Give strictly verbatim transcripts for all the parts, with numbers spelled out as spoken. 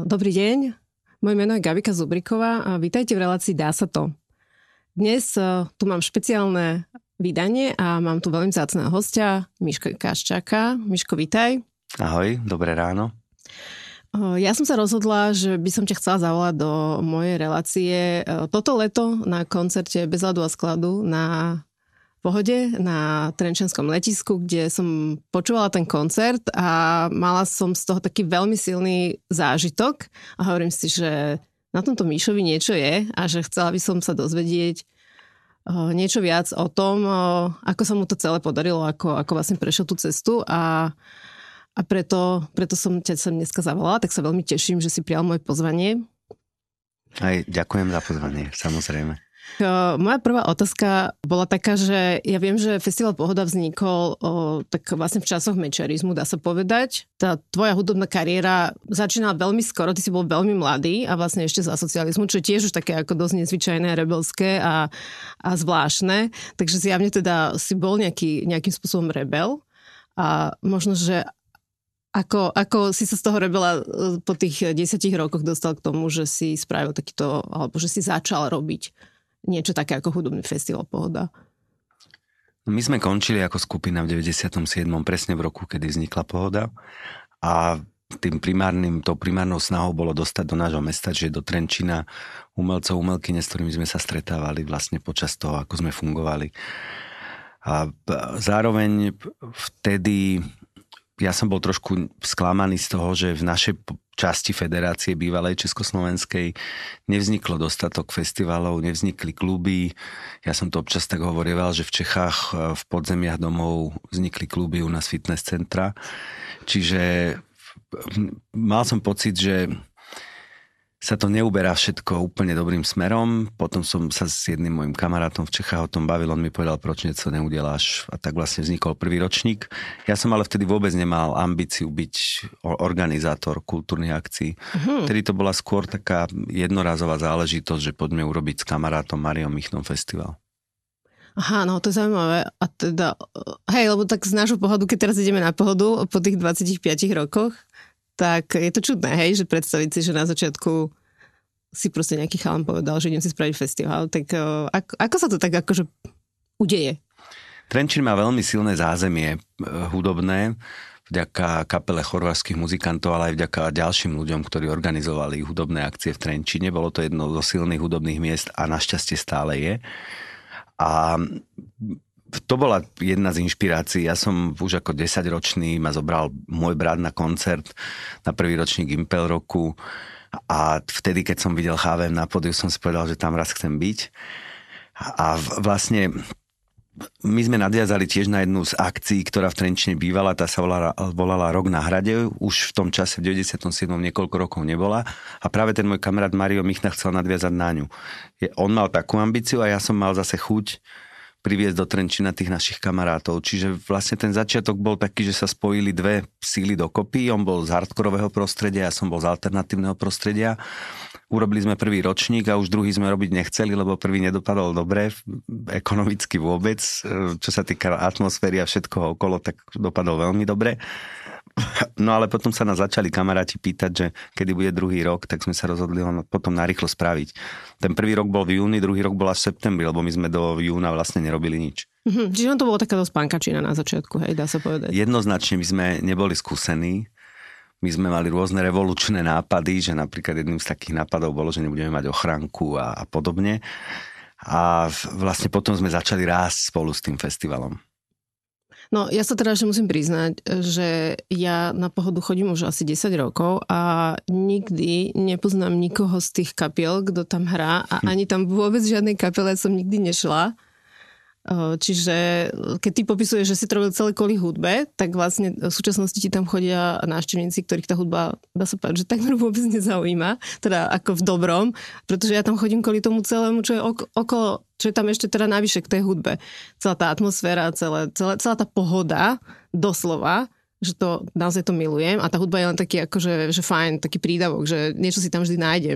Dobrý deň, moje meno je Gabika Zubriková a vítajte v relácii Dá sa to. Dnes tu mám špeciálne vydanie a mám tu veľmi vzácneho hostia, Miška Kaščáka. Miško, vítaj. Ahoj, dobré ráno. Ja som sa rozhodla, že by som ťa chcela zavolať do mojej relácie toto leto na koncerte Bez ľadu a skladu na Pohode na Trenčianskom letisku, kde som počúvala ten koncert a mala som z toho taký veľmi silný zážitok a hovorím si, že na tomto Míšovi niečo je a že chcela by som sa dozvedieť niečo viac o tom, ako sa mu to celé podarilo, ako, ako vlastne prešiel tú cestu a, a preto, preto som ťa sem dneska zavolala, tak sa veľmi teším, že si prijal moje pozvanie. Aj ďakujem za pozvanie, samozrejme. Moja prvá otázka bola taká, že ja viem, že Festival Pohoda vznikol o, tak vlastne v časoch mečerizmu, dá sa povedať. Tá tvoja hudobná kariéra začínala veľmi skoro, ty si bol veľmi mladý a vlastne ešte za socializmu, čo je tiež už také ako dosť nezvyčajné, rebelské a, a zvláštne. Takže zjavne teda si bol nejaký, nejakým spôsobom rebel a možno, že Ako, ako si sa z toho rebela po tých desiatich rokoch dostal k tomu, že si spravil takýto, alebo že si začal robiť niečo také ako hudobný festival Pohoda? My sme končili ako skupina v deväťdesiatom siedmom presne v roku, kedy vznikla Pohoda a tým primárnym, tou primárnou snahou bolo dostať do nášho mesta, čiže do Trenčína umelcov, umelkyne, s ktorými sme sa stretávali vlastne počas toho, ako sme fungovali. A zároveň vtedy ja som bol trošku sklamaný z toho, že v našej časti federácie bývalej československej nevzniklo dostatok festivalov, nevznikli kluby. Ja som to občas tak hovorieval, že v Čechách v podzemiach domov vznikli kluby, u nás fitness centra. Čiže mal som pocit, že sa to neuberá všetko úplne dobrým smerom. Potom som sa s jedným mojim kamarátom v Čechách o tom bavil, on mi povedal, proč niečo neudeláš. A tak vlastne vznikol prvý ročník. Ja som ale vtedy vôbec nemal ambíciu byť organizátor kultúrnych akcií. Uh-huh. Vtedy to bola skôr taká jednorazová záležitosť, že poďme urobiť s kamarátom Mariom Michnom festival. Aha, no to je zaujímavé. A teda, hej, lebo tak z nášho pohľadu, keď teraz ideme na Pohodu po tých dvadsiatich piatich rokoch, tak je to čudné, hej, že predstaviť si, že na začiatku si proste nejaký chalan povedal, že idem si spraviť festival. Tak ako, ako sa to tak akože udeje? Trenčín má veľmi silné zázemie hudobné, vďaka kapele chorvátskych muzikantov, ale aj vďaka ďalším ľuďom, ktorí organizovali hudobné akcie v Trenčíne. Bolo to jedno zo silných hudobných miest a našťastie stále je. A to bola jedna z inšpirácií. Ja som už ako desaťročný ma zobral môj brat na koncert na prvý ročník Impel roku a vtedy, keď som videl há vé em na pódiu, som si povedal, že tam raz chcem byť. A vlastne my sme nadviazali tiež na jednu z akcií, ktorá v Trenčine bývala, tá sa volala, volala Rok na hrade. Už v tom čase v deväťdesiatom siedmom niekoľko rokov nebola a práve ten môj kamarát Mario Michna chcel nadviazať na ňu. On mal takú ambíciu a ja som mal zase chuť priviesť do Trenčína tých našich kamarátov. Čiže vlastne ten začiatok bol taký, že sa spojili dve síly dokopy. On bol z hardkorového prostredia, ja som bol z alternatívneho prostredia. Urobili sme prvý ročník a už druhý sme robiť nechceli, lebo prvý nedopadol dobre, ekonomicky vôbec. Čo sa týka atmosféry a všetkoho okolo, tak dopadol veľmi dobre. No ale potom sa nás začali kamaráti pýtať, že kedy bude druhý rok, tak sme sa rozhodli ho potom narýchlo spraviť. Ten prvý rok bol v júni, druhý rok bol až v septembri, lebo my sme do júna vlastne nerobili nič. Mhm, čiže on to bolo taká dosť pankačina na začiatku, hej, dá sa povedať. Jednoznačne my sme neboli skúsení. My sme mali rôzne revolučné nápady, že napríklad jedným z takých nápadov bolo, že nebudeme mať ochránku a, a podobne. A vlastne potom sme začali rásť spolu s tým festivalom. No, ja sa teda ešte musím priznať, že ja na Pohodu chodím už asi desať rokov a nikdy nepoznám nikoho z tých kapiel, kto tam hrá a ani tam vôbec žiadnej kapele som nikdy nešla. Čiže keď ty popisuješ, že si to robil celé kvôli hudbe, tak vlastne v súčasnosti ti tam chodia návštevníci, ktorých tá hudba, dá sa povedať, že takmer vôbec nezaujíma, teda ako v dobrom, pretože ja tam chodím kvôli tomu celému, čo je okolo, čo je tam ešte teda navyše k tej hudbe. Celá tá atmosféra, celé, celé, celá tá pohoda, doslova, že to naozaj to milujem a tá hudba je len taký akože, že fajn, taký prídavok, že niečo si tam vždy nájdem.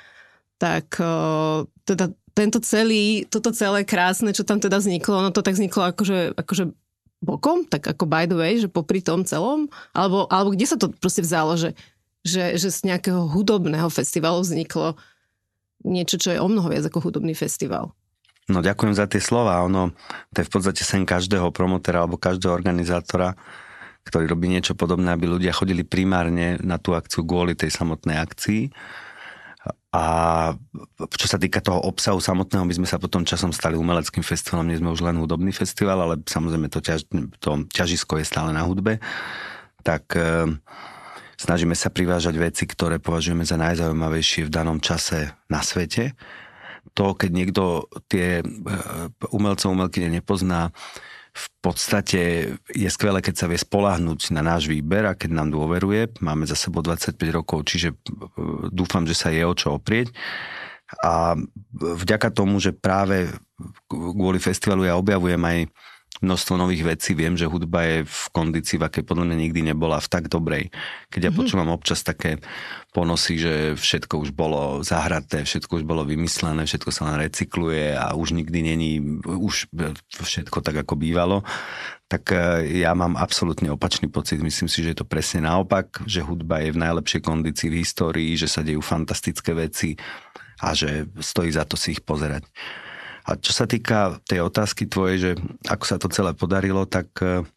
Tak teda tento celý, toto celé krásne, čo tam teda vzniklo, ono to tak vzniklo akože, akože bokom, tak ako by the way, že popri tom celom, alebo, alebo kde sa to proste vzalo, že že, že z nejakého hudobného festivalu vzniklo niečo, čo je o mnoho viac ako hudobný festival. No ďakujem za tie slova. Ono, to je v podstate sen každého promotéra alebo každého organizátora, ktorý robí niečo podobné, aby ľudia chodili primárne na tú akciu kvôli tej samotnej akcii. A čo sa týka toho obsahu samotného, my sme sa potom časom stali umeleckým festivalom, nie sme už len hudobný festival, ale samozrejme to, ťaž, to ťažisko je stále na hudbe. Tak e, snažíme sa privážať veci, ktoré považujeme za najzaujímavejšie v danom čase na svete. To, keď niekto tie umelcov, umelkyne nepozná, v podstate je skvelé, keď sa vie spoľahnúť na náš výber a keď nám dôveruje. Máme za sebou dvadsaťpäť rokov, čiže dúfam, že sa je o čo oprieť. A vďaka tomu, že práve kvôli festivalu ja objavujem aj množstvo nových vecí, viem, že hudba je v kondícii, v akej podľa mňa nikdy nebola, v tak dobrej. Keď ja mm-hmm. počúvam občas také ponosy, že všetko už bolo zahraté, všetko už bolo vymyslené, všetko sa len recykluje a už nikdy není už všetko tak, ako bývalo, tak ja mám absolútne opačný pocit. Myslím si, že je to presne naopak, že hudba je v najlepšej kondícii v histórii, že sa dejú fantastické veci a že stojí za to si ich pozerať. A čo sa týka tej otázky tvojej, že ako sa to celé podarilo, tak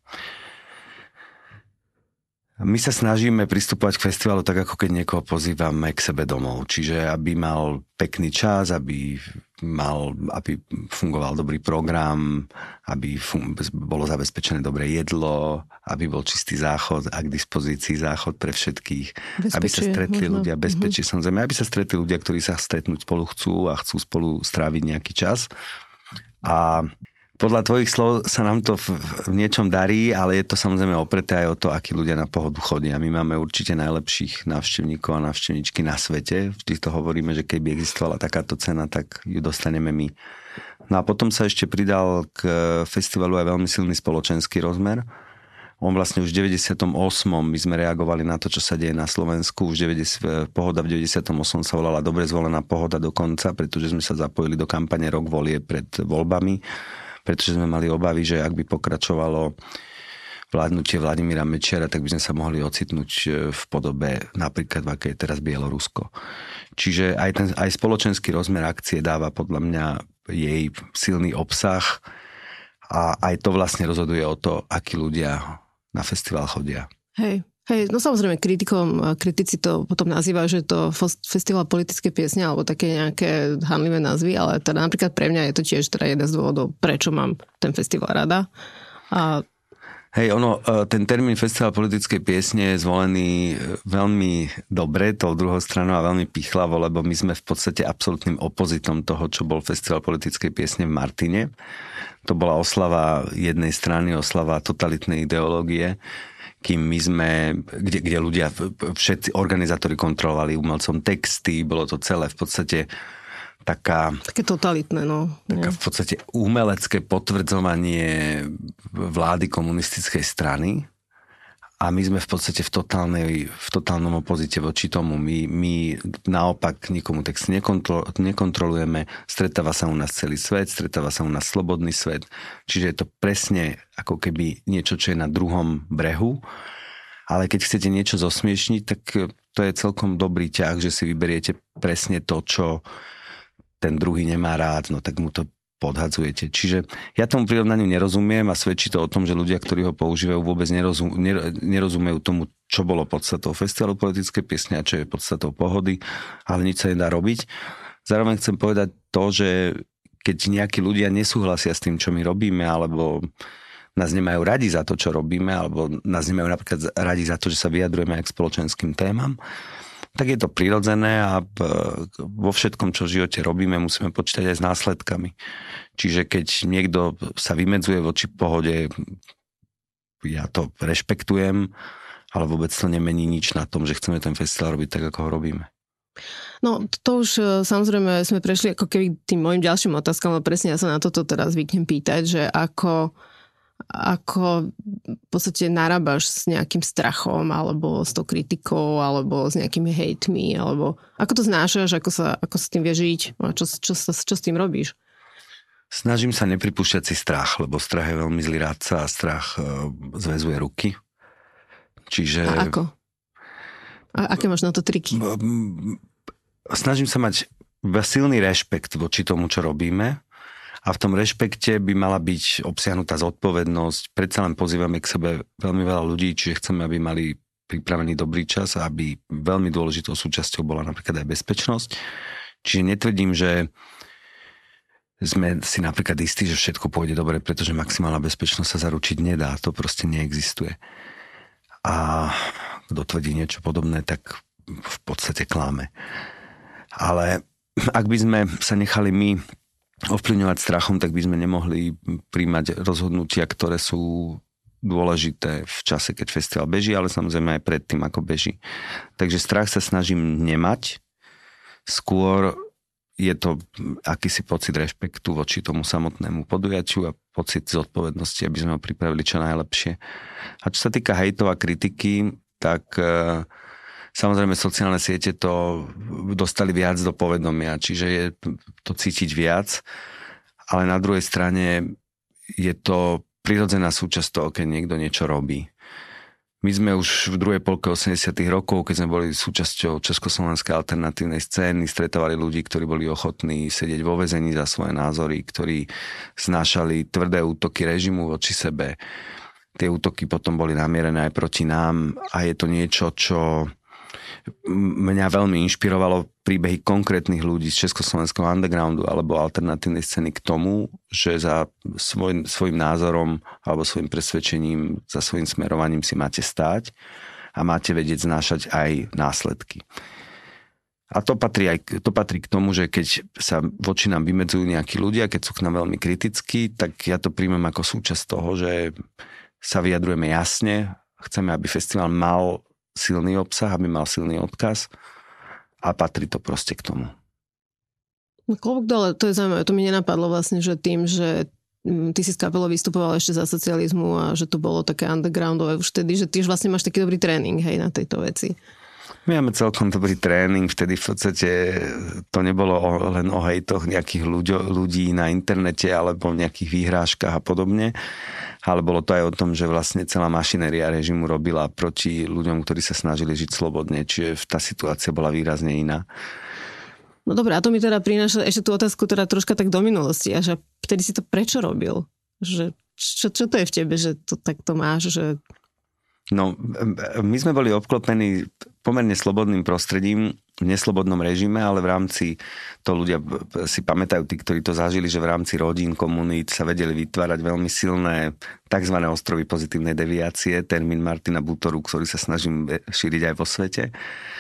my sa snažíme pristupovať k festivalu tak, ako keď niekoho pozývame k sebe domov. Čiže aby mal pekný čas, aby mal, aby fungoval dobrý program, aby fun- bolo zabezpečené dobré jedlo, aby bol čistý záchod a k dispozícii záchod pre všetkých. Bezpečie, aby sa stretli možno. ľudia bezpečie, uh-huh. samozrejme, aby sa stretli ľudia, ktorí sa stretnúť spolu chcú a chcú spolu stráviť nejaký čas. A podľa tvojich slov sa nám to v, v niečom darí, ale je to samozrejme opreté aj o to, akí ľudia na Pohodu chodia. My máme určite najlepších návštevníkov a návštevníčky na svete. Vždy to hovoríme, že keby existovala takáto cena, tak ju dostaneme my. No a potom sa ešte pridal k festivalu aj veľmi silný spoločenský rozmer. On vlastne už v deväťdesiatom ôsmom my sme reagovali na to, čo sa deje na Slovensku. Už deväťdesiat, Pohoda v deväťdesiatom ôsmom sa volala Dobre zvolená Pohoda dokonca, pretože sme sa zapojili do kampane Rok volie pred voľbami, pretože sme mali obavy, že ak by pokračovalo vládnutie Vladimíra Mečiara, tak by sme sa mohli ocitnúť v podobe napríklad, v akej je teraz Bielorusko. Čiže aj, ten, aj spoločenský rozmer akcie dáva podľa mňa jej silný obsah a aj to vlastne rozhoduje o to, akí ľudia na festival chodia. Hej. Hej, no samozrejme, kritikom, kritici to potom nazývajú, že to festival politické piesne alebo také nejaké hanlivé názvy, ale teda napríklad pre mňa je to tiež teda jeden z dôvodov, prečo mám ten festival rada. A... Hej, ono, ten termín festival politickej piesne je zvolený veľmi dobre tou druhou stranou a veľmi pichlavo, lebo my sme v podstate absolútnym opozitom toho, čo bol festival politickej piesne v Martine. To bola oslava jednej strany, oslava totalitnej ideológie, kým my sme, kde, kde ľudia, všetci organizátori kontrolovali umelcom texty, bolo to celé v podstate taká... Také totalitné, no. Taká v podstate umelecké potvrdzovanie vlády komunistickej strany a my sme v podstate v, totálnej, v totálnom opozite voči tomu. My, my naopak nikomu text nekontro, nekontrolujeme, stretáva sa u nás celý svet, stretáva sa u nás slobodný svet, čiže je to presne ako keby niečo, čo je na druhom brehu, ale keď chcete niečo zosmiešniť, tak to je celkom dobrý ťah, že si vyberiete presne to, čo ten druhý nemá rád, no tak mu to podhadzujete. Čiže ja tomu prirovnaniu nerozumiem a svedčí to o tom, že ľudia, ktorí ho používajú, vôbec nerozum, nerozumejú tomu, čo bolo podstatou festivalu politické piesne a čo je podstatou Pohody, ale nič sa nedá robiť. Zároveň chcem povedať to, že keď nejakí ľudia nesúhlasia s tým, čo my robíme, alebo nás nemajú radi za to, čo robíme, alebo nás nemajú napríklad radi za to, že sa vyjadrujeme aj k spoločenským témam, tak je to prirodzené a vo všetkom, čo v živote robíme, musíme počítať aj s následkami. Čiže keď niekto sa vymedzuje voči Pohode, ja to rešpektujem, ale vôbec to nemení nič na tom, že chceme ten festival robiť tak, ako ho robíme. No to už samozrejme sme prešli ako keby tým mojim ďalším otázkam, ale presne ja sa na toto teraz zvyknem pýtať, že ako ako v podstate narábaš s nejakým strachom alebo s tou kritikou alebo s nejakými hejtmi alebo ako to znášaš, ako sa, ako sa s tým vieš žiť a čo, čo, čo, čo s tým robíš? Snažím sa nepripúšťať si strach, lebo strach je veľmi zlý rádca a strach zväzuje ruky. Čiže... A ako? A aké máš na to triky? Snažím sa mať silný rešpekt voči tomu, čo robíme. A v tom rešpekte by mala byť obsiahnutá zodpovednosť. Predsa len pozývame k sebe veľmi veľa ľudí, čiže chceme, aby mali pripravený dobrý čas a aby veľmi dôležitou súčasťou bola napríklad aj bezpečnosť. Čiže netvrdím, že sme si napríklad istí, že všetko pôjde dobre, pretože maximálna bezpečnosť sa zaručiť nedá. To proste neexistuje. A kto tvrdí niečo podobné, tak v podstate klame. Ale ak by sme sa nechali my ovplyvňovať strachom, tak by sme nemohli príjmať rozhodnutia, ktoré sú dôležité v čase, keď festival beží, ale samozrejme aj predtým, ako beží. Takže strach sa snažím nemať. Skôr je to akýsi pocit rešpektu voči tomu samotnému podujatiu a pocit zodpovednosti, aby sme ho pripravili čo najlepšie. A čo sa týka hejtov a kritiky, tak e, samozrejme sociálne siete to dostali viac do povedomia, čiže je to cítiť viac, ale na druhej strane je to prirodzená súčasť toho, keď niekto niečo robí. My sme už v druhej polke osemdesiatych rokov, keď sme boli súčasťou československej alternatívnej scény, stretávali ľudí, ktorí boli ochotní sedieť vo väzení za svoje názory, ktorí znášali tvrdé útoky režimu voči sebe. Tie útoky potom boli namierené aj proti nám a je to niečo, čo mňa veľmi inšpirovalo, príbehy konkrétnych ľudí z československého undergroundu alebo alternatívnej scény k tomu, že za svoj, svojim názorom alebo svojim presvedčením, za svojim smerovaním si máte stáť a máte vedieť znášať aj následky. A to patrí, aj, to patrí k tomu, že keď sa voči nám vymedzujú nejakí ľudia, keď sú k nám veľmi kritickí, tak ja to príjmem ako súčasť toho, že sa vyjadrujeme jasne, chceme, aby festival mal silný obsah, aby mal silný odkaz a patrí to proste k tomu. No klobúk dole, to je zaujímavé, to mi nenapadlo vlastne, že tým, že ty si s kapelou vystupoval ešte za socializmu a že to bolo také undergroundové už vtedy, že ty už vlastne máš taký dobrý tréning, hej, na tejto veci. My máme celkom dobrý tréning, vtedy v podstate to nebolo len o hejtoch nejakých ľuďo, ľudí na internete alebo v nejakých výhrážkach a podobne, ale bolo to aj o tom, že vlastne celá mašinéria režimu robila proti ľuďom, ktorí sa snažili žiť slobodne, čiže tá situácia bola výrazne iná. No dobré, a to mi teda prináša ešte tú otázku teda troška tak do minulosti, a že vtedy si to prečo robil? Že, čo, čo to je v tebe, že to takto máš, že... No, my sme boli obklopení pomerne slobodným prostredím, v neslobodnom režime, ale v rámci, to ľudia si pamätajú, tí, ktorí to zažili, že v rámci rodín, komunít sa vedeli vytvárať veľmi silné tzv. Ostrovy pozitívnej deviácie, termín Martina Butoru, ktorý sa snažím šíriť aj vo svete.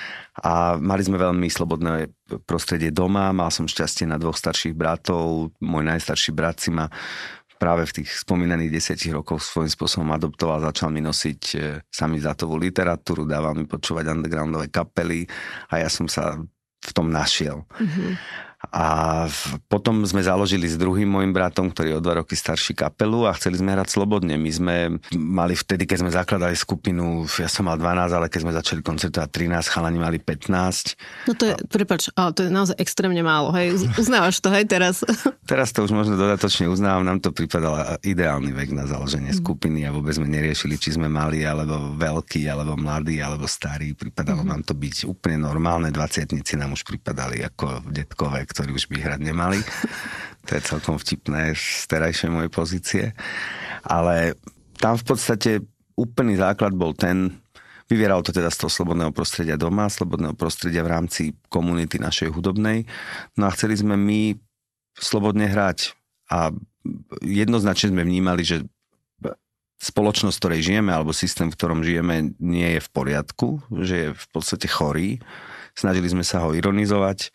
A mali sme veľmi slobodné prostredie doma, mal som šťastie na dvoch starších bratov, môj najstarší brat si ma práve v tých spomínaných desiatich rokoch svojím spôsobom adoptoval, začal mi nosiť samizdatovú literatúru, dával mi počúvať undergroundové kapely a ja som sa v tom našiel. Mm-hmm. A potom sme založili s druhým môjim bratom, ktorý je o dva roky starší, kapelu a chceli sme hrať slobodne. My sme mali vtedy, keď sme zakladali skupinu, ja som mal dvanásť, ale keď sme začali koncertovať trinásť, chalani mali pätnásť. No to je, a... prepáč, ale to je naozaj extrémne málo, hej? Uznávaš to, hej, teraz? Teraz to už možno dodatočne uznávam, nám to pripadal ideálny vek na založenie mm. skupiny a vôbec sme neriešili, či sme mali, alebo veľkí, alebo mladí, alebo starí. Pripadalo mm. nám to byť úplne normálne. dvadsiatnici nám už pripadali ako detkové, ktorí už by hrať nemali. To je celkom vtipné z terajšej mojej pozície. Ale tam v podstate úplný základ bol ten, vyvieralo to teda z toho slobodného prostredia doma, slobodného prostredia v rámci komunity našej hudobnej. No a chceli sme my slobodne hrať. A jednoznačne sme vnímali, že spoločnosť, v ktorej žijeme, alebo systém, v ktorom žijeme, nie je v poriadku, že je v podstate chorý. Snažili sme sa ho ironizovať.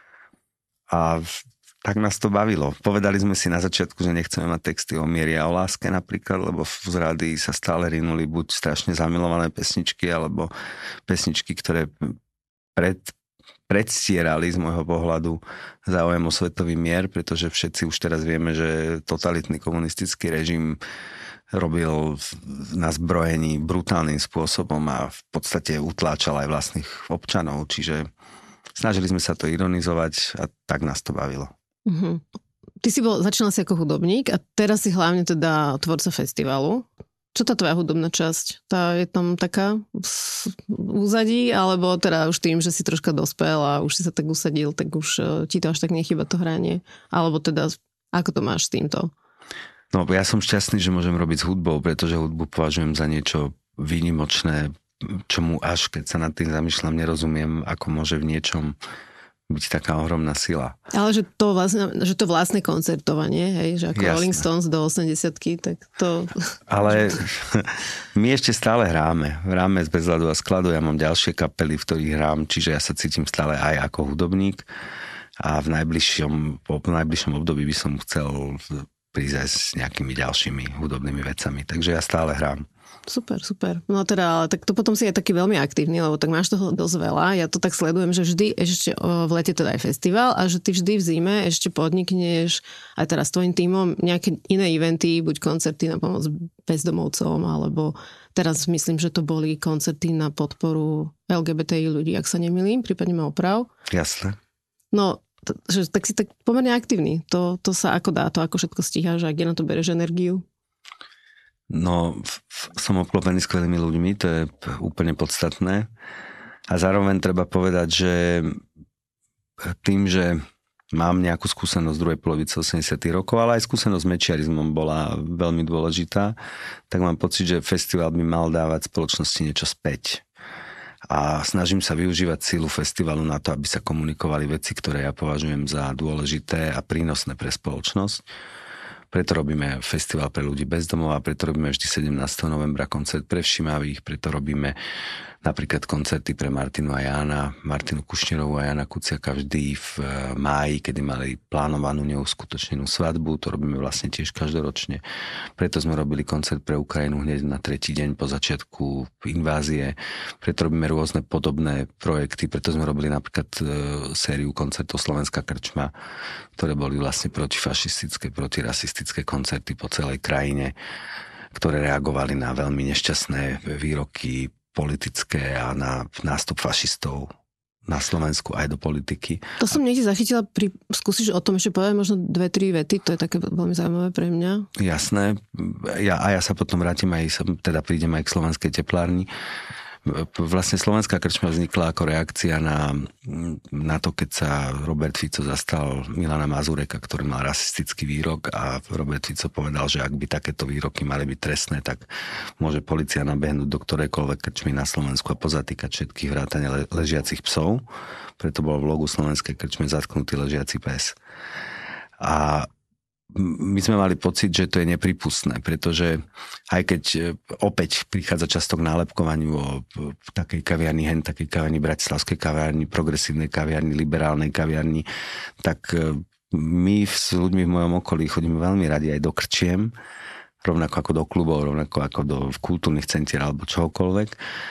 A tak nás to bavilo. Povedali sme si na začiatku, že nechceme mať texty o mieri a o láske napríklad, lebo v rádi sa stále rinuli buď strašne zamilované pesničky, alebo pesničky, ktoré pred, predstierali z môjho pohľadu záujem o svetový mier, pretože všetci už teraz vieme, že totalitný komunistický režim robil na zbrojení brutálnym spôsobom a v podstate utláčal aj vlastných občanov, čiže snažili sme sa to ironizovať a tak nás to bavilo. Uh-huh. Ty si bol, začínal si ako hudobník a teraz si hlavne teda tvorca festivalu. Čo tá tvoja hudobná časť? Tá je tam taká úzadí, alebo teda už tým, že si troška dospel a už si sa tak usadil, tak už ti to až tak nechýba to hranie? Alebo teda, ako to máš s týmto? No, ja som šťastný, že môžem robiť s hudbou, pretože hudbu považujem za niečo výnimočné, čomu až keď sa nad tým zamýšľam, nerozumiem, ako môže v niečom byť taká ohromná sila. Ale že to vlastne, že to vlastné koncertovanie, hej, že ako Jasné. Rolling Stones do osemdesiatky, tak to... Ale my ešte stále hráme. Hráme z Bezľadu a skladu, ja mám ďalšie kapely, v ktorých hrám, čiže ja sa cítim stále aj ako hudobník a v najbližšom, v najbližšom období by som chcel prísť aj s nejakými ďalšími hudobnými vecami, takže ja stále hrám. Super, super. No teda, ale tak to potom si je taký veľmi aktívny, lebo tak máš toho dosť veľa. Ja to tak sledujem, že vždy ešte v lete teda aj festival a že ty vždy v zime ešte podnikneš aj teraz s tvojím tímom nejaké iné eventy, buď koncerty na pomoc bezdomovcom, alebo teraz myslím, že to boli koncerty na podporu el gé bé té í ľudí, ak sa nemýlim, prípadne ma oprav. Jasné. No, t- že, tak si tak pomerne aktívny. To, to sa ako dá, to ako všetko stíhaš a kde na to bereš energiu? No, som obklopený skvelými ľuďmi, to je úplne podstatné. A zároveň treba povedať, že tým, že mám nejakú skúsenosť z druhej polovice osemdesiatych rokov, ale aj skúsenosť s mečiarizmom bola veľmi dôležitá, tak mám pocit, že festival by mal dávať spoločnosti niečo späť. A snažím sa využívať sílu festivalu na to, aby sa komunikovali veci, ktoré ja považujem za dôležité a prínosné pre spoločnosť. Preto robíme festival pre ľudí bez domova, preto robíme vždy sedemnásteho novembra koncert pre všímavých, preto robíme napríklad koncerty pre Martinu a Jána, Martinu Kušnírovú a Jana Kuciaka vždy v máji, kedy mali plánovanú neuskutočnenú svadbu, to robíme vlastne tiež každoročne. Preto sme robili koncert pre Ukrajinu hneď na tretí deň po začiatku invázie, preto robíme rôzne podobné projekty, preto sme robili napríklad sériu koncertov Slovenská krčma, ktoré boli vlastne protifašistické, protirasistické koncerty po celej krajine, ktoré reagovali na veľmi nešťastné výroky politické a na nástup fašistov na Slovensku aj do politiky. To som niekde zachytila, pri, skúsiš o tom ešte povedať možno dve, tri vety, to je také veľmi zaujímavé pre mňa. Jasné, ja, a ja sa potom vrátim aj, teda prídem aj k Slovenskej teplárni. Vlastne Slovenská krčma vznikla ako reakcia na, na to, keď sa Robert Fico zastal Milana Mazureka, ktorý mal rasistický výrok a Robert Fico povedal, že ak by takéto výroky mali byť trestné, tak môže polícia nabehnúť do ktorejkoľvek krčmy na Slovensku a pozatýkať všetkých vrátane le- ležiacich psov. Preto bol v logu Slovenskej krčmy zatknutý ležiaci pes. A my sme mali pocit, že to je nepripustné, pretože aj keď opäť prichádza často k nálepkovaniu o takej kaviarni, hen takej kaviarni, bratislavskej kaviarni, progresívnej kaviarni, liberálnej kaviarni, tak my s ľuďmi v mojom okolí chodíme veľmi radi aj do krčiem, rovnako ako do klubov, rovnako ako do kultúrnych centier alebo čohokoľvek.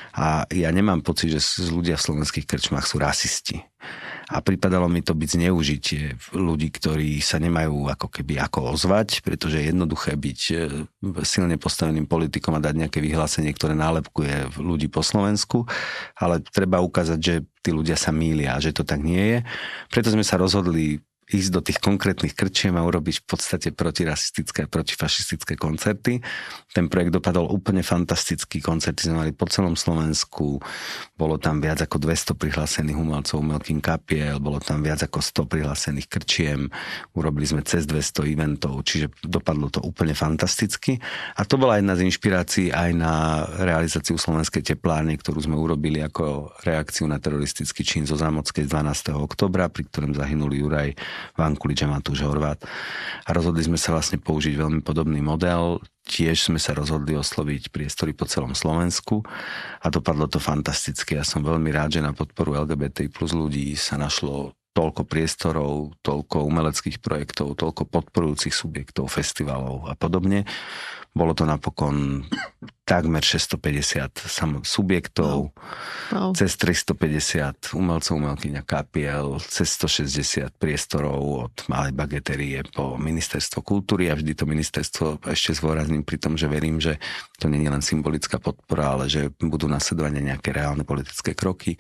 A ja nemám pocit, že ľudia v slovenských krčmách sú rasisti. A pripadalo mi to byť zneužitie ľudí, ktorí sa nemajú ako keby ako ozvať, pretože je jednoduché byť silne postaveným politikom a dať nejaké vyhlásenie, ktoré nálepkuje ľudí po Slovensku, ale treba ukázať, že tí ľudia sa mýlia, že to tak nie je. Preto sme sa rozhodli ísť do tých konkrétnych krčiem a urobiť v podstate protirasistické a protifašistické koncerty. Ten projekt dopadol úplne fantasticky. Koncerty sme mali po celom Slovensku. Bolo tam viac ako dvesto prihlásených umelcov, umelkyň kapiel, bolo tam viac ako sto prihlásených krčiem. Urobili sme cez dvesto eventov, čiže dopadlo to úplne fantasticky. A to bola jedna z inšpirácií aj na realizáciu Slovenskej teplárne, ktorú sme urobili ako reakciu na teroristický čin zo Zámockej dvanásteho októbra, pri ktorom zahynul Juraj Vankulič a Matúš Horvát. A rozhodli sme sa vlastne použiť veľmi podobný model. Tiež sme sa rozhodli osloviť priestory po celom Slovensku a dopadlo to fantasticky. Ja som veľmi rád, že na podporu el gé bé té plus ľudí sa našlo toľko priestorov, toľko umeleckých projektov, toľko podporujúcich subjektov, festivalov a podobne. Bolo to napokon takmer šesťstopäťdesiat subjektov, wow. Cez tristopäťdesiat umelcov, umelkyň a kapiel, cez stošesťdesiat priestorov od malej bageterie po ministerstvo kultúry a vždy to ministerstvo ešte zdôrazním pri tom, že verím, že to nie je len symbolická podpora, ale že budú nasledovať nejaké reálne politické kroky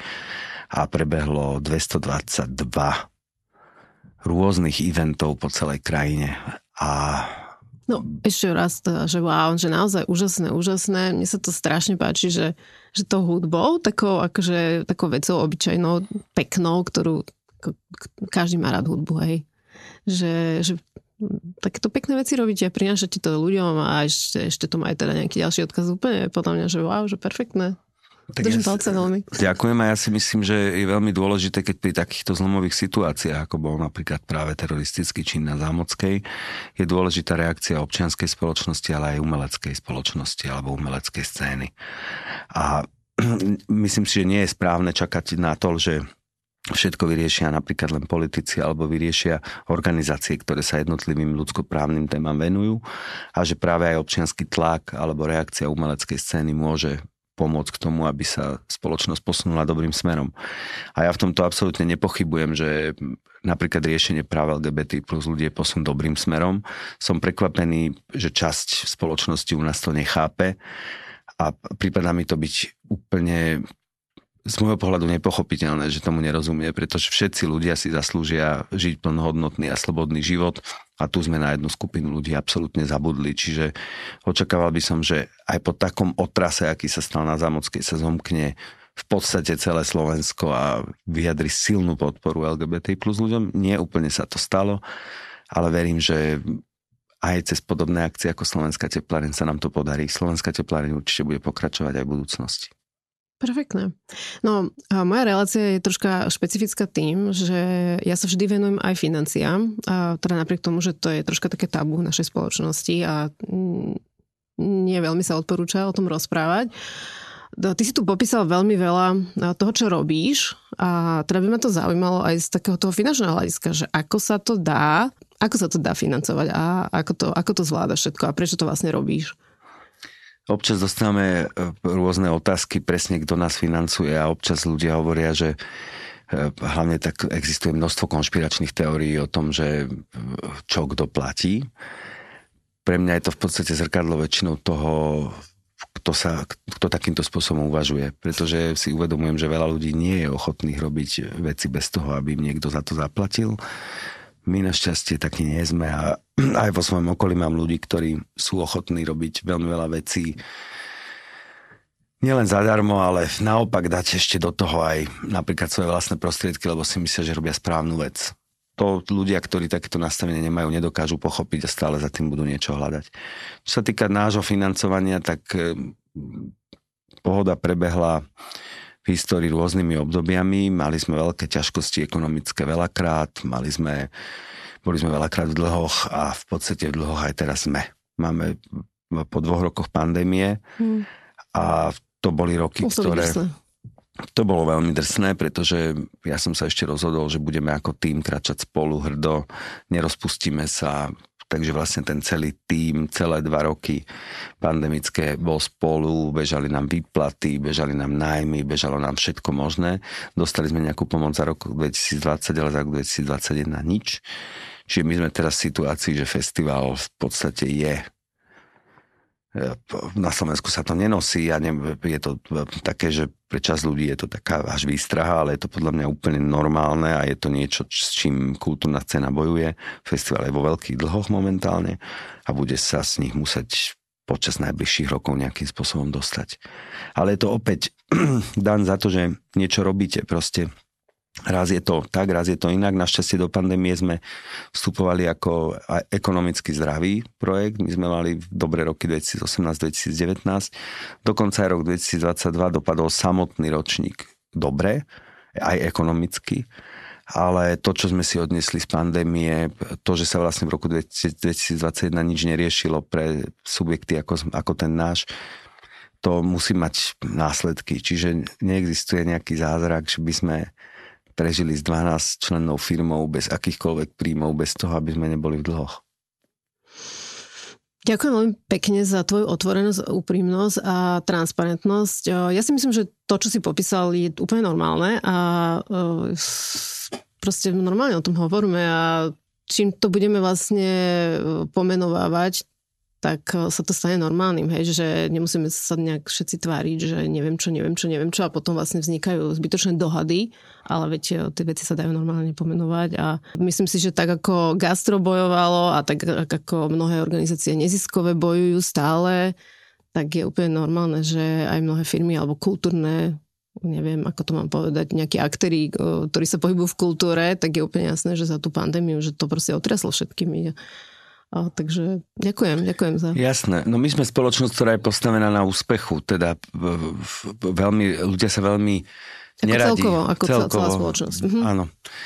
a prebehlo dvestodvadsaťdva rôznych eventov po celej krajine a No No ešte raz, že wow, že naozaj úžasné, úžasné. Mne sa to strašne páči, že, že to hudbou, takou, akože, takou vecou obyčajnou, peknou, ktorú každý má rád hudbu, hej. Že, že takéto pekné veci robíte a prinášate to ľuďom a ešte, ešte to má aj teda nejaký ďalší odkaz úplne podľa mňa, že wow, že perfektné. Tak Držím ja, palce veľmi. Ďakujem a ja si myslím, že je veľmi dôležité, keď pri takýchto zlomových situáciách, ako bol napríklad práve teroristický čin na Zámockej, je dôležitá reakcia občianskej spoločnosti, ale aj umeleckej spoločnosti alebo umeleckej scény. A myslím si, že nie je správne čakať na to, že všetko vyriešia napríklad len politici alebo vyriešia organizácie, ktoré sa jednotlivým ľudskoprávnym témam venujú a že práve aj občiansky tlak alebo reakcia umeleckej scény môže pomôcť k tomu, aby sa spoločnosť posunula dobrým smerom. A ja v tomto absolútne nepochybujem, že napríklad riešenie práv el gé bé té plus ľudí je posun dobrým smerom. Som prekvapený, že časť spoločnosti u nás to nechápe a prípadá mi to byť úplne z môjho pohľadu nepochopiteľné, že tomu nerozumie, pretože všetci ľudia si zaslúžia žiť plnohodnotný a slobodný život a tu sme na jednu skupinu ľudí absolútne zabudli. Čiže očakával by som, že aj po takom otrase, aký sa stal na Zámockej, sa zomkne v podstate celé Slovensko a vyjadri silnú podporu el gé bé té plus ľuďom. Nie úplne sa to stalo, ale verím, že aj cez podobné akcie ako Slovenská tepláreň sa nám to podarí. Slovenská tepláreň určite bude pokračovať aj v budúcnosti. Perfektné. No, a moja relácia je troška špecifická tým, že ja sa vždy venujem aj financiám, a teda napriek tomu, že to je troška také tabu v našej spoločnosti a nie veľmi sa odporúča o tom rozprávať. Ty si tu popísal veľmi veľa toho, čo robíš a teda by ma to zaujímalo aj z takého toho finančného hľadiska, že ako sa to dá, ako sa to dá financovať a ako to, ako to zvládaš všetko a prečo to vlastne robíš? Občas dostávame rôzne otázky, presne kto nás financuje a občas ľudia hovoria, že hlavne tak existuje množstvo konšpiračných teórií o tom, že čo kto platí. Pre mňa je to v podstate zrkadlo väčšinou toho, kto, sa, kto takýmto spôsobom uvažuje. Pretože si uvedomujem, že veľa ľudí nie je ochotných robiť veci bez toho, aby im niekto za to zaplatil. My našťastie takí nie sme a aj vo svojom okolí mám ľudí, ktorí sú ochotní robiť veľmi veľa vecí nielen zadarmo, ale naopak dať ešte do toho aj napríklad svoje vlastné prostriedky, lebo si myslia, že robia správnu vec. To ľudia, ktorí takéto nastavenie nemajú, nedokážu pochopiť a stále za tým budú niečo hľadať. Čo sa týka nášho financovania, tak pohoda prebehla v histórii rôznymi obdobiami. Mali sme veľké ťažkosti ekonomické veľakrát, mali sme, boli sme veľakrát v dlhoch a v podstate v dlhoch aj teraz sme. Máme po dvoch rokoch pandémie hmm. a to boli roky, Museli ktoré... Drsné. To bolo veľmi drsné, pretože ja som sa ešte rozhodol, že budeme ako tím kráčať spolu hrdo, nerozpustíme sa. Takže vlastne ten celý tím, celé dva roky pandemické bol spolu, bežali nám výplaty, bežali nám nájmy, bežalo nám všetko možné. Dostali sme nejakú pomoc za rok dvetisícdvadsať, ale za rok dvetisícdvadsaťjeden nič. Čiže my sme teraz v situácii, že festival v podstate je. Na Slovensku sa to nenosí a je to také, že pre časť ľudí je to taká až výstraha, ale je to podľa mňa úplne normálne a je to niečo, s čím kultúrna scéna bojuje. Festival je vo veľkých dlhoch momentálne a bude sa z nich musieť počas najbližších rokov nejakým spôsobom dostať. Ale je to opäť dan za to, že niečo robíte. Proste raz je to tak, raz je to inak. Našťastie do pandémie sme vstupovali ako ekonomicky zdravý projekt. My sme mali dobré roky dvetisícosemnásť dvetisícdevätnásť. Dokonca aj rok dvetisícdvadsaťdva dopadol samotný ročník dobre, aj ekonomicky. Ale to, čo sme si odnesli z pandémie, to, že sa vlastne v roku dvetisícdvadsaťjeden nič neriešilo pre subjekty ako, ako ten náš, to musí mať následky. Čiže neexistuje nejaký zázrak, že by sme prežili s dvanásť člennou firmou bez akýchkoľvek príjmov, bez toho, aby sme neboli v dlhoch. Ďakujem veľmi pekne za tvoju otvorenosť, úprimnosť a transparentnosť. Ja si myslím, že to, čo si popísal, je úplne normálne a proste normálne o tom hovoríme a čím to budeme vlastne pomenovávať, tak sa to stane normálnym, hej, že nemusíme sa nejak všetci tváriť, že neviem čo, neviem čo, neviem čo a potom vlastne vznikajú zbytočné dohady, ale veď tie veci sa dajú normálne pomenovať a myslím si, že tak ako gastro bojovalo a tak ako mnohé organizácie neziskové bojujú stále, tak je úplne normálne, že aj mnohé firmy alebo kultúrne, neviem, ako to mám povedať, nejakí aktéri, ktorí sa pohybujú v kultúre, tak je úplne jasné, že za tú pandémiu, že to proste otriaslo všetkými. A, takže ďakujem, ďakujem za... Jasné. No my sme spoločnosť, ktorá je postavená na úspechu. Teda v, v, veľmi, ľudia sa veľmi ako neradí. Celkovo, ako celkovo. Celá spoločnosť. Mhm. Áno.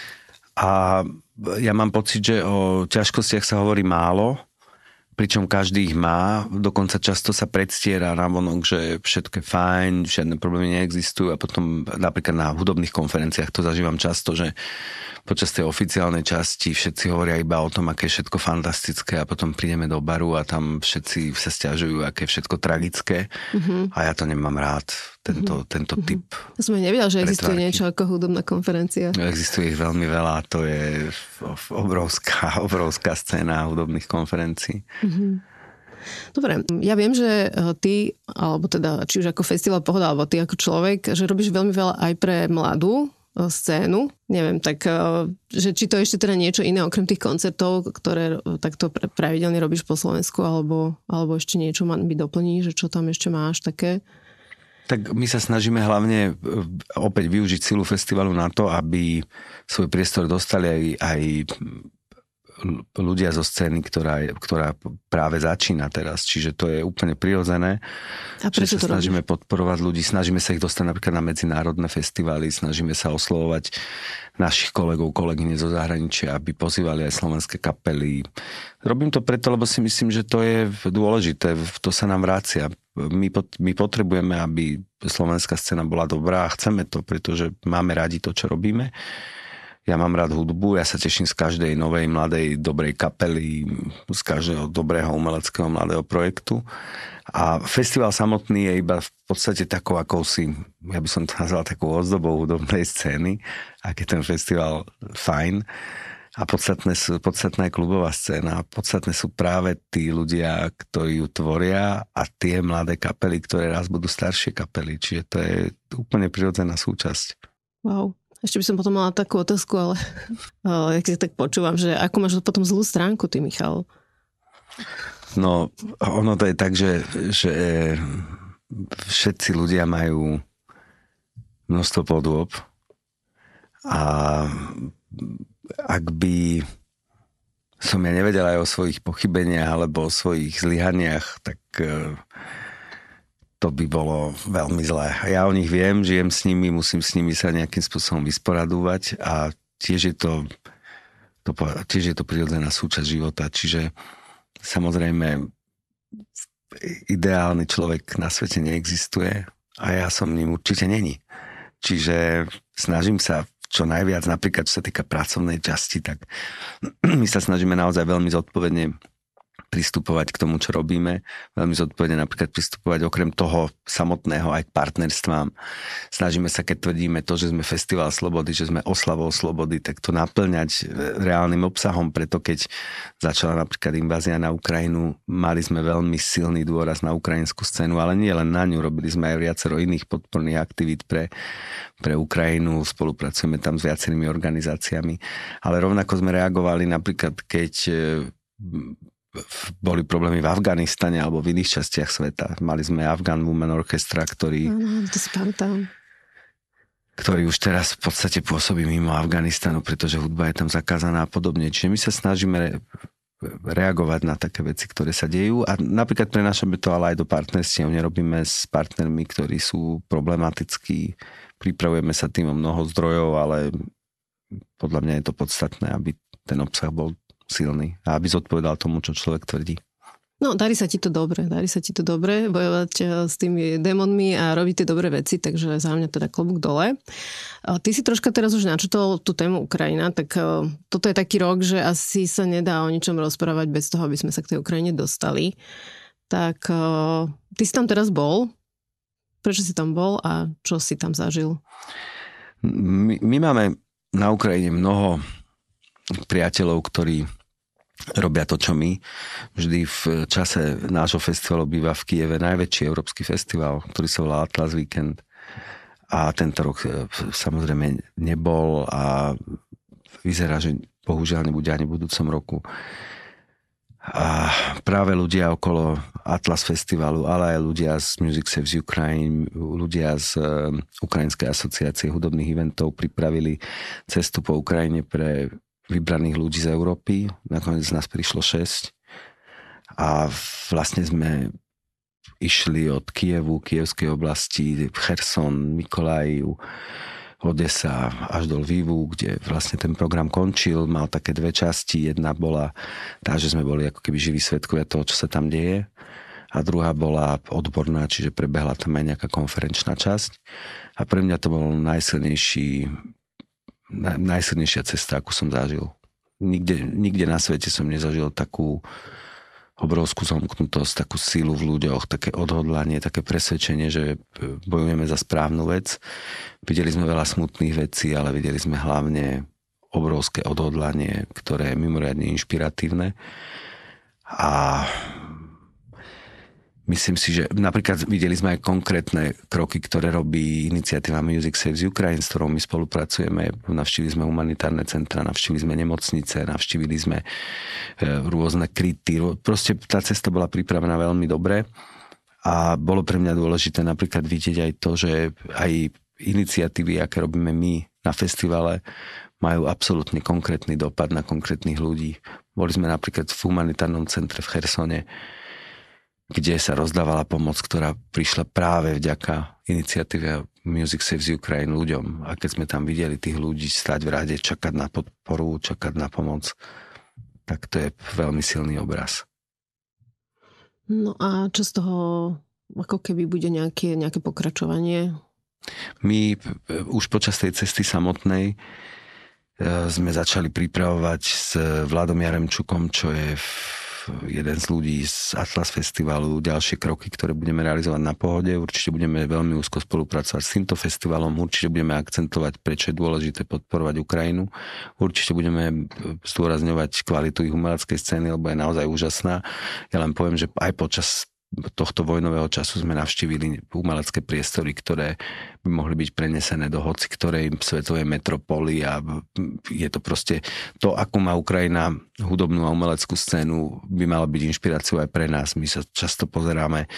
A ja mám pocit, že o ťažkostiach sa hovorí málo, pričom každý ich má. Dokonca často sa predstiera navonok, že všetko je fajn, žiadne problémy neexistujú a potom napríklad na hudobných konferenciách to zažívam často, že počas tej oficiálnej časti všetci hovoria iba o tom, aké je všetko fantastické a potom prídeme do baru a tam všetci sa sťažujú, aké je všetko tragické. Mm-hmm. A ja to nemám rád, tento, mm-hmm. tento typ. Ja som aj nevedela, že existuje niečo ako hudobná konferencia. Existuje ich veľmi veľa, to je obrovská, obrovská scéna hudobných konferencií. Mm-hmm. Dobre, ja viem, že ty, alebo teda či už ako Festival Pohoda, alebo ty ako človek, že robíš veľmi veľa aj pre mladú scénu. Neviem, tak, že či to ešte teda niečo iné okrem tých koncertov, ktoré takto pravidelne robíš po Slovensku, alebo, alebo ešte niečo ma by doplní, že čo tam ešte máš také? Tak my sa snažíme hlavne opäť využiť silu festivalu na to, aby svoj priestor dostali aj, aj ľudia zo scény, ktorá, ktorá práve začína teraz. Čiže to je úplne prirodzené. A prečo sa snažíme robíš? Podporovať ľudí, snažíme sa ich dostať napríklad na medzinárodné festivály, snažíme sa oslovovať našich kolegov, kolegyne zo zahraničia, aby pozývali aj slovenské kapely. Robím to preto, lebo si myslím, že to je dôležité, to sa nám vracia. My, pot, my potrebujeme, aby slovenská scéna bola dobrá a chceme to, pretože máme radi to, čo robíme. Ja mám rád hudbu, ja sa teším z každej novej, mladej, dobrej kapely, z každého dobrého umeleckého mladého projektu. A festival samotný je iba v podstate takou akousi, ja by som to nazval takou ozdobou hudobnej scény, ak je ten festival fajn. A podstatné sú, podstatná je klubová scéna. Podstatné sú práve tí ľudia, ktorí ju tvoria a tie mladé kapely, ktoré raz budú staršie kapely. Čiže to je úplne prirodzená súčasť. Wow. Ešte by som potom mala takú otázku, ale ja keď tak počúvam, že ako máš potom zlú stránku ty, Michal? No, ono to je tak, že, že všetci ľudia majú množstvo podôb a ak by som ja nevedel aj o svojich pochybeniach alebo o svojich zlyhaniach, tak to by bolo veľmi zlé. Ja o nich viem, žijem s nimi, musím s nimi sa nejakým spôsobom vysporadúvať a tiež je to, to, tiež je to prirodzená súčasť života. Čiže samozrejme ideálny človek na svete neexistuje a ja som ním určite není. Čiže snažím sa čo najviac, napríklad čo sa týka pracovnej časti, tak my sa snažíme naozaj veľmi zodpovedne pristupovať k tomu, čo robíme. Veľmi zodpovedne napríklad pristupovať okrem toho samotného aj k partnerstvám. Snažíme sa, keď tvrdíme to, že sme festival slobody, že sme oslavou slobody, tak to naplňať reálnym obsahom. Preto keď začala napríklad invázia na Ukrajinu, mali sme veľmi silný dôraz na ukrajinskú scénu, ale nie len na ňu. Robili sme aj viacero iných podporných aktivít pre, pre Ukrajinu. Spolupracujeme tam s viacerými organizáciami. Ale rovnako sme reagovali napríklad, keď boli problémy v Afganistane alebo v iných častiach sveta. Mali sme Afghan Women Orchestra, ktorý, ano, to si pamätám. ktorý už teraz v podstate pôsobí mimo Afganistanu, pretože hudba je tam zakázaná a podobne. Čiže my sa snažíme re, reagovať na také veci, ktoré sa dejú a napríklad prenášame to ale aj do partnerstiev. Nerobíme s partnermi, ktorí sú problematickí. Pripravujeme sa tým o mnoho zdrojov, ale podľa mňa je to podstatné, aby ten obsah bol silný a aby zodpovedal tomu, čo človek tvrdí. No, darí sa ti to dobre, darí sa ti to dobre bojovať s tými démonmi a robiť tie dobré veci, takže za mňa teda klobúk dole. Ty si troška teraz už načutol tú tému Ukrajina, tak toto je taký rok, že asi sa nedá o ničom rozprávať bez toho, aby sme sa k tej Ukrajine dostali. Tak ty si tam teraz bol, prečo si tam bol a čo si tam zažil? My, my máme na Ukrajine mnoho priateľov, ktorí robia to, čo my. Vždy v čase nášho festivalu býva v Kieve najväčší európsky festival, ktorý sa volá Atlas Weekend. A tento rok samozrejme nebol a vyzerá, že bohužiaľ nebude ani v budúcom roku. A práve ľudia okolo Atlas festivalu, ale aj ľudia z Music Saves Ukraine, ľudia z Ukrajinskej asociácie hudobných eventov pripravili cestu po Ukrajine pre vybraných ľudí z Európy. Nakoniec nás prišlo šesť. A vlastne sme išli od Kievu, Kievskej oblasti, Cherson, Mykolajiv, Odesa až do Lvivu, kde vlastne ten program končil. Mal také dve časti. Jedna bola tá, že sme boli ako keby živí svedkovia toho, čo sa tam deje. A druhá bola odborná, čiže prebehla tam aj nejaká konferenčná časť. A pre mňa to bol najsilnejší, najsilnejšia cesta, akú som zažil. Nikde, nikde na svete som nezažil takú obrovskú zomknutosť, takú sílu v ľuďoch, také odhodlanie, také presvedčenie, že bojujeme za správnu vec. Videli sme veľa smutných vecí, ale videli sme hlavne obrovské odhodlanie, ktoré je mimoriadne inšpiratívne. A myslím si, že napríklad videli sme aj konkrétne kroky, ktoré robí iniciatíva Music Saves Ukraine, s ktorou my spolupracujeme. Navštívili sme humanitárne centra, navštívili sme nemocnice, navštívili sme rôzne kryty. Proste tá cesta bola pripravená veľmi dobre a bolo pre mňa dôležité napríklad vidieť aj to, že aj iniciatívy, aké robíme my na festivale, majú absolútne konkrétny dopad na konkrétnych ľudí. Boli sme napríklad v humanitárnom centre v Chersone, kde sa rozdávala pomoc, ktorá prišla práve vďaka iniciatíve Music Saves Ukraine ľuďom. A keď sme tam videli tých ľudí stať v rade, čakať na podporu, čakať na pomoc, tak to je veľmi silný obraz. No a čo z toho, ako keby bude nejaké, nejaké pokračovanie? My už počas tej cesty samotnej sme začali pripravovať s Vladom Jaremčukom, čo je jeden z ľudí z Atlas festivalu, ďalšie kroky, ktoré budeme realizovať na Pohode. Určite budeme veľmi úzko spolupracovať s týmto festivalom, určite budeme akcentovať, prečo je dôležité podporovať Ukrajinu. Určite budeme zdôrazňovať kvalitu ich umeleckej scény, lebo je naozaj úžasná. Ja len poviem, že aj počas tohto vojnového času sme navštívili umelecké priestory, ktoré by mohli byť prenesené do hoci ktorej svetovej metropoly a je to proste to, akú má Ukrajina hudobnú a umeleckú scénu, by mala byť inšpiráciou aj pre nás. My sa často pozeráme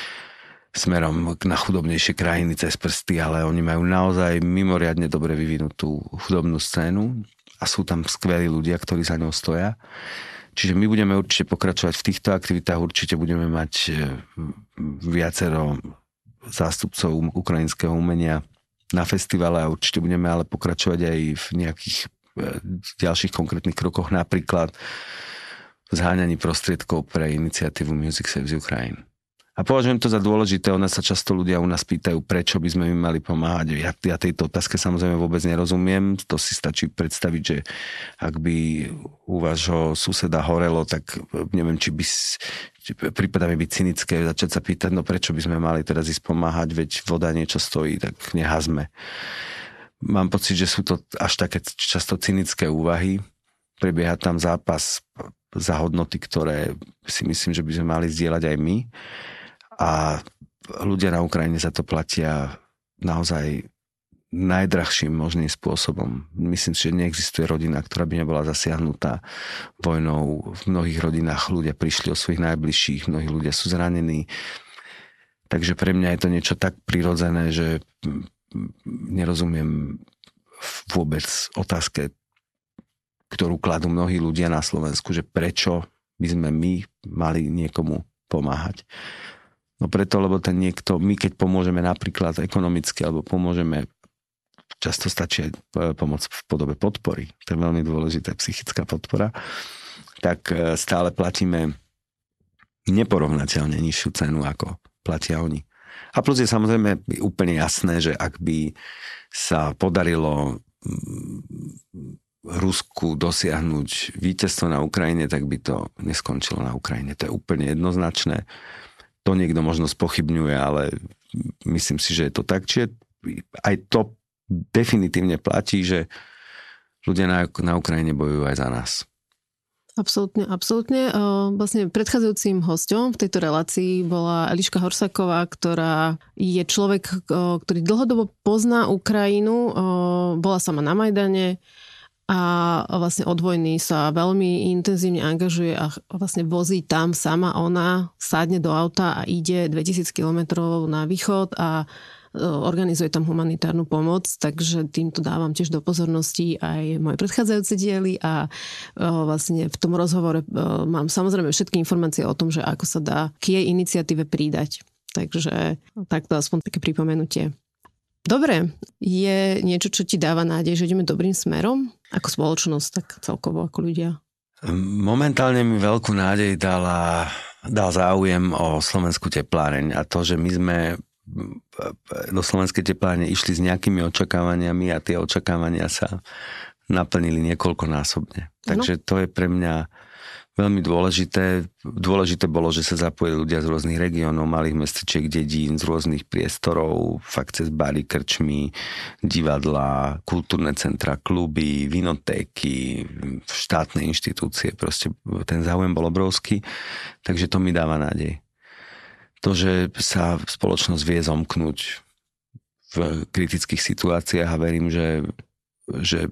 smerom na chudobnejšie krajiny cez prsty, ale oni majú naozaj mimoriadne dobre vyvinutú hudobnú scénu a sú tam skvelí ľudia, ktorí za ňou stoja. Čiže my budeme určite pokračovať v týchto aktivitách, určite budeme mať viacero zástupcov ukrajinského umenia na festivale a určite budeme ale pokračovať aj v nejakých ďalších konkrétnych krokoch, napríklad v zháňaní prostriedkov pre iniciatívu Music Saves Ukraine. A považujem to za dôležité, ona sa často ľudia u nás pýtajú, prečo by sme im mali pomáhať. Ja, ja tejto otázke samozrejme vôbec nerozumiem, to si stačí predstaviť, že ak by u vášho suseda horelo, tak neviem, či by či prípada mi byť cynické začať sa pýtať, no prečo by sme mali teraz ísť pomáhať, veď voda niečo stojí, tak nehazme. Mám pocit, že sú to až také často cynické úvahy, prebieha tam zápas za hodnoty, ktoré si myslím, že by sme mali zdieľať aj my. A ľudia na Ukrajine za to platia naozaj najdrahším možným spôsobom. Myslím si, že neexistuje rodina, ktorá by nebola zasiahnutá vojnou. V mnohých rodinách ľudia prišli o svojich najbližších, mnohí ľudia sú zranení. Takže pre mňa je to niečo tak prirodzené, že nerozumiem vôbec otázke, ktorú kladú mnohí ľudia na Slovensku, že prečo by sme my mali niekomu pomáhať. No preto, lebo ten niekto, my keď pomôžeme napríklad ekonomicky, alebo pomôžeme, často stačí aj pomoc v podobe podpory, to je veľmi dôležitá psychická podpora, tak stále platíme neporovnateľne nižšiu cenu, ako platia oni. A plus je samozrejme úplne jasné, že ak by sa podarilo Rusku dosiahnuť víťazstvo na Ukrajine, tak by to neskončilo na Ukrajine. To je úplne jednoznačné. To niekto možno spochybňuje, ale myslím si, že je to tak. Čiže aj to definitívne platí, že ľudia na, na Ukrajine bojujú aj za nás. Absolútne, absolútne. Vlastne predchádzajúcim hosťom v tejto relácii bola Eliška Horsáková, ktorá je človek, ktorý dlhodobo pozná Ukrajinu, bola sama na Majdane a vlastne od vojny sa veľmi intenzívne angažuje a vlastne vozí tam sama ona, sadne do auta a ide dvetisíc kilometrov na východ a organizuje tam humanitárnu pomoc, takže týmto dávam tiež do pozornosti aj moje predchádzajúce diely a vlastne v tom rozhovore mám samozrejme všetky informácie o tom, že ako sa dá k jej iniciatíve pridať. Takže takto aspoň také pripomenutie. Dobre, je niečo, čo ti dáva nádej, že ideme dobrým smerom? Ako spoločnosť, tak celkovo ako ľudia? Momentálne mi veľkú nádej dala, dal záujem o slovenskú tepláreň a to, že my sme do slovenskej teplárne išli s nejakými očakávaniami a tie očakávania sa naplnili niekoľkonásobne. Takže to je pre mňa veľmi dôležité. Dôležité bolo, že sa zapojili ľudia z rôznych regiónov, malých mestečiek, dedín, z rôznych priestorov, fakt cez bary, krčmy, divadlá, kultúrne centra, kluby, vinotéky, štátne inštitúcie. Proste ten záujem bol obrovský, takže to mi dáva nádej. To, že sa spoločnosť vie zomknúť v kritických situáciách a verím, že, že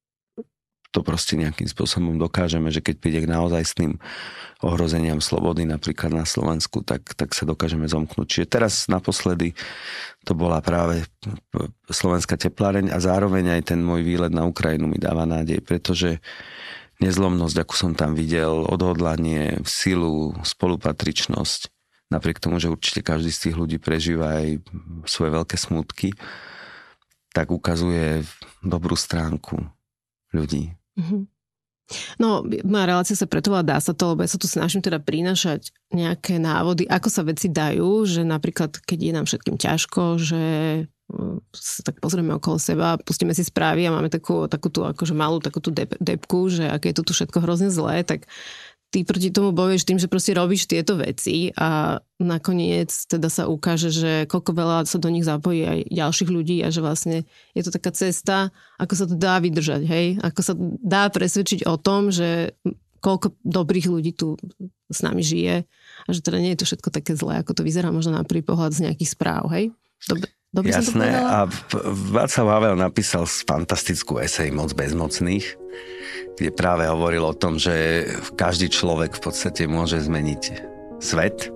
to proste nejakým spôsobom dokážeme, že keď príde k naozajstným ohrozeniam slobody napríklad na Slovensku, tak, tak sa dokážeme zomknúť. Čiže teraz naposledy to bola práve slovenská tepláreň a zároveň aj ten môj výlet na Ukrajinu mi dáva nádej, pretože nezlomnosť, akú som tam videl, odhodlanie, silu, spolupatričnosť, napriek tomu, že určite každý z tých ľudí prežíva aj svoje veľké smútky, tak ukazuje dobrú stránku ľudí. Mm-hmm. No, moja relácia sa preto volá Dá sa to, lebo ja sa tu snažím teda prinášať nejaké návody, ako sa veci dajú, že napríklad, keď je nám všetkým ťažko, že sa tak pozrieme okolo seba, pustíme si správy a máme takú, takú tú akože malú takú tú dep- depku, že aké je tu všetko hrozne zlé, tak ty proti tomu bojuješ tým, že proste robíš tieto veci a nakoniec teda sa ukáže, že koľko veľa sa do nich zapojí aj ďalších ľudí a že vlastne je to taká cesta, ako sa to dá vydržať, hej? Ako sa dá presvedčiť o tom, že koľko dobrých ľudí tu s nami žije a že teda nie je to všetko také zlé, ako to vyzerá možno na prvý pohľad z nejakých správ, hej? Dobre, dobre som to povedala? Jasné, a Václav Havel napísal fantastickú esej Moc bezmocných, kde práve hovoril o tom, že každý človek v podstate môže zmeniť svet.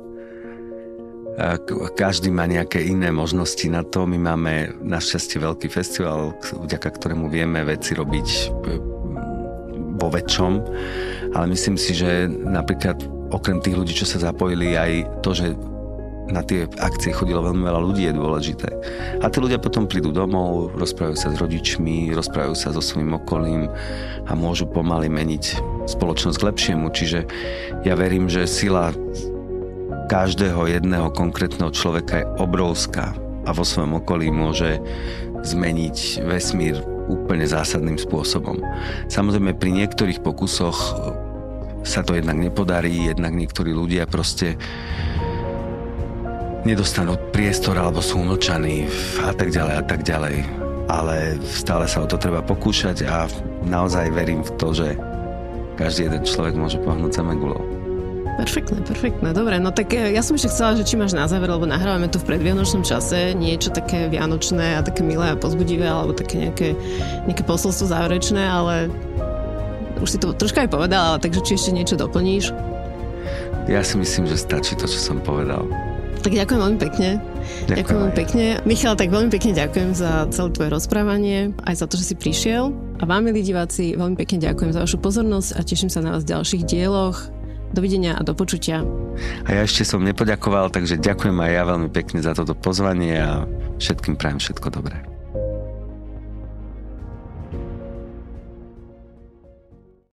Každý má nejaké iné možnosti na to. My máme našťastie veľký festival, vďaka ktorému vieme veci robiť vo väčšom. Ale myslím si, že napríklad okrem tých ľudí, čo sa zapojili, aj to, že na tie akcie chodilo veľmi veľa ľudí, je dôležité. A tí ľudia potom prídu domov, rozprávajú sa s rodičmi, rozprávajú sa so svojím okolím a môžu pomaly meniť spoločnosť k lepšiemu. Čiže ja verím, že sila každého jedného konkrétneho človeka je obrovská a vo svojom okolí môže zmeniť vesmír úplne zásadným spôsobom. Samozrejme, pri niektorých pokusoch sa to jednak nepodarí, jednak niektorí ľudia proste nedostanú priestor alebo sú umlčaní a tak ďalej a tak ďalej. Ale stále sa o to treba pokúšať a naozaj verím v to, že každý jeden človek môže pohnúť zemegulou. Perfektné, perfektné. Dobre, no tak ja som ešte chcela, že či máš na záver, lebo nahrávame to v predvianočnom čase, niečo také vianočné a také milé a pozbudivé, alebo také nejaké, nejaké posolstvo záverečné, ale už si to troška aj povedala, takže či ešte niečo doplníš? Ja si myslím, že stačí to, čo som povedal. Tak ďakujem veľmi pekne. Ďakujem, ďakujem veľmi pekne. Michal, tak veľmi pekne ďakujem za celé tvoje rozprávanie, aj za to, že si prišiel. A vám, milí diváci, veľmi pekne ďakujem za vašu pozornosť a teším sa na vás v ďalších dieloch. Dovidenia a do počutia. A ja ešte som nepoďakoval, takže ďakujem aj ja veľmi pekne za toto pozvanie a všetkým prajem všetko dobré.